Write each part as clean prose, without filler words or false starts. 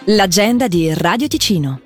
L'agenda di Radio Ticino.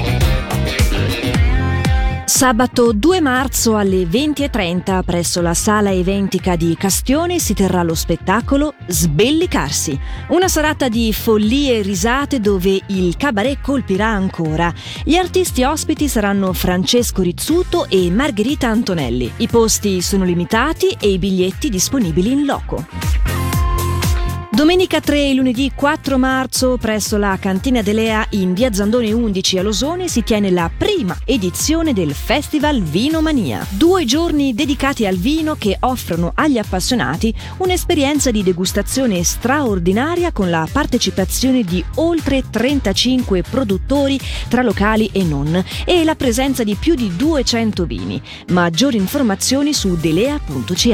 Sabato 2 marzo alle 20:30 presso la sala eventica di Castione si terrà lo spettacolo Sbellicarsi, una serata di follie e risate dove il cabaret colpirà ancora. Gli artisti ospiti saranno Francesco Rizzuto e Margherita Antonelli. I posti sono limitati e i biglietti disponibili in loco. Domenica 3 e lunedì 4 marzo presso la Cantina Delea in via Zandone 11 a Losone si tiene la prima edizione del Festival Vinomania. 2 giorni dedicati al vino che offrono agli appassionati un'esperienza di degustazione straordinaria con la partecipazione di oltre 35 produttori tra locali e non e la presenza di più di 200 vini. Maggiori informazioni su delea.ch.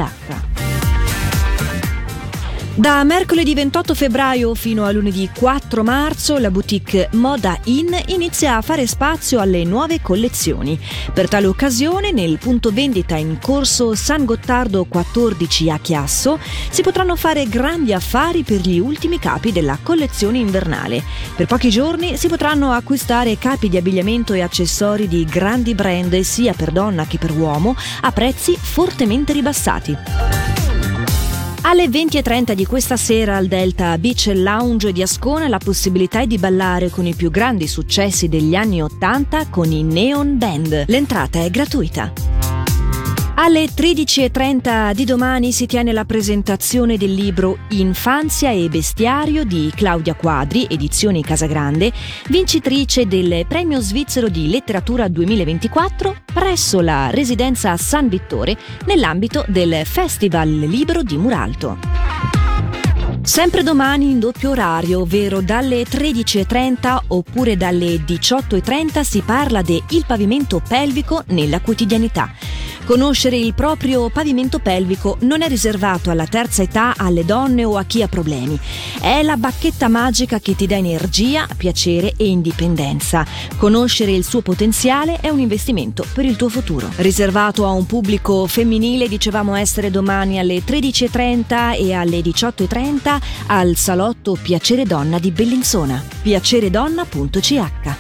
Da mercoledì 28 febbraio fino a lunedì 4 marzo la boutique Moda In inizia a fare spazio alle nuove collezioni. Per tale occasione, nel punto vendita in corso San Gottardo 14 a Chiasso, si potranno fare grandi affari per gli ultimi capi della collezione invernale. Per pochi giorni si potranno acquistare capi di abbigliamento e accessori di grandi brand sia per donna che per uomo a prezzi fortemente ribassati. Alle 20:30 di questa sera al Delta Beach Lounge di Ascona la possibilità è di ballare con i più grandi successi degli anni '80 con i Neon Band. L'entrata è gratuita. Alle 13:30 di domani si tiene la presentazione del libro Infanzia e bestiario di Claudia Quadri, edizioni Casagrande, vincitrice del Premio Svizzero di Letteratura 2024 presso la residenza San Vittore nell'ambito del Festival Libro di Muralto. Sempre domani in doppio orario, ovvero dalle 13:30 oppure dalle 18:30 si parla de Il pavimento pelvico nella quotidianità. Conoscere il proprio pavimento pelvico non è riservato alla terza età, alle donne o a chi ha problemi. È la bacchetta magica che ti dà energia, piacere e indipendenza. Conoscere il suo potenziale è un investimento per il tuo futuro. Riservato a un pubblico femminile, dicevamo essere domani alle 13:30 e alle 18:30 al salotto Piacere Donna di Bellinzona. piaceredonna.ch.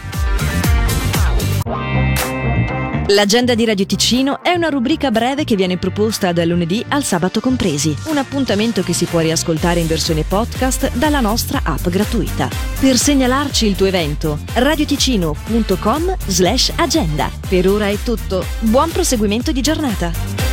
L'agenda di Radio Ticino è una rubrica breve che viene proposta dal lunedì al sabato compresi. Un appuntamento che si può riascoltare in versione podcast dalla nostra app gratuita. Per segnalarci il tuo evento, radioticino.com/agenda. Per ora è tutto. Buon proseguimento di giornata.